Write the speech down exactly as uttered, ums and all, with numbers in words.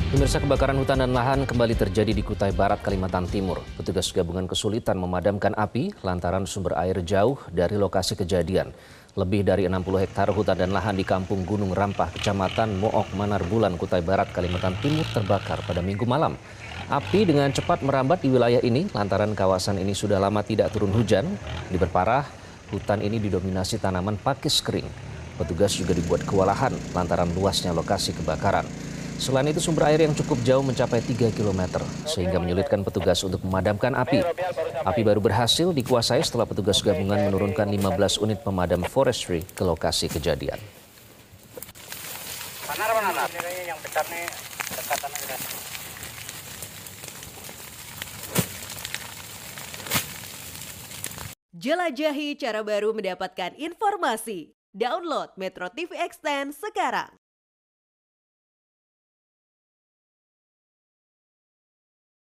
Pemirsa, kebakaran hutan dan lahan kembali terjadi di Kutai Barat, Kalimantan Timur. Petugas gabungan kesulitan memadamkan api lantaran sumber air jauh dari lokasi kejadian. Lebih dari enam puluh hektar hutan dan lahan di Kampung Gunung Rampah, Kecamatan Mook Manarbulan, Kutai Barat, Kalimantan Timur terbakar pada Minggu malam. Api dengan cepat merambat di wilayah ini lantaran kawasan ini sudah lama tidak turun hujan. Diperparah, hutan ini didominasi tanaman pakis kering. Petugas juga dibuat kewalahan lantaran luasnya lokasi kebakaran. Selain itu, sumber air yang cukup jauh mencapai tiga kilometer, sehingga menyulitkan petugas untuk memadamkan api. Api baru berhasil dikuasai setelah petugas gabungan menurunkan lima belas unit pemadam forestry ke lokasi kejadian. Jelajahi cara baru mendapatkan informasi. Download Metro T V Extend sekarang.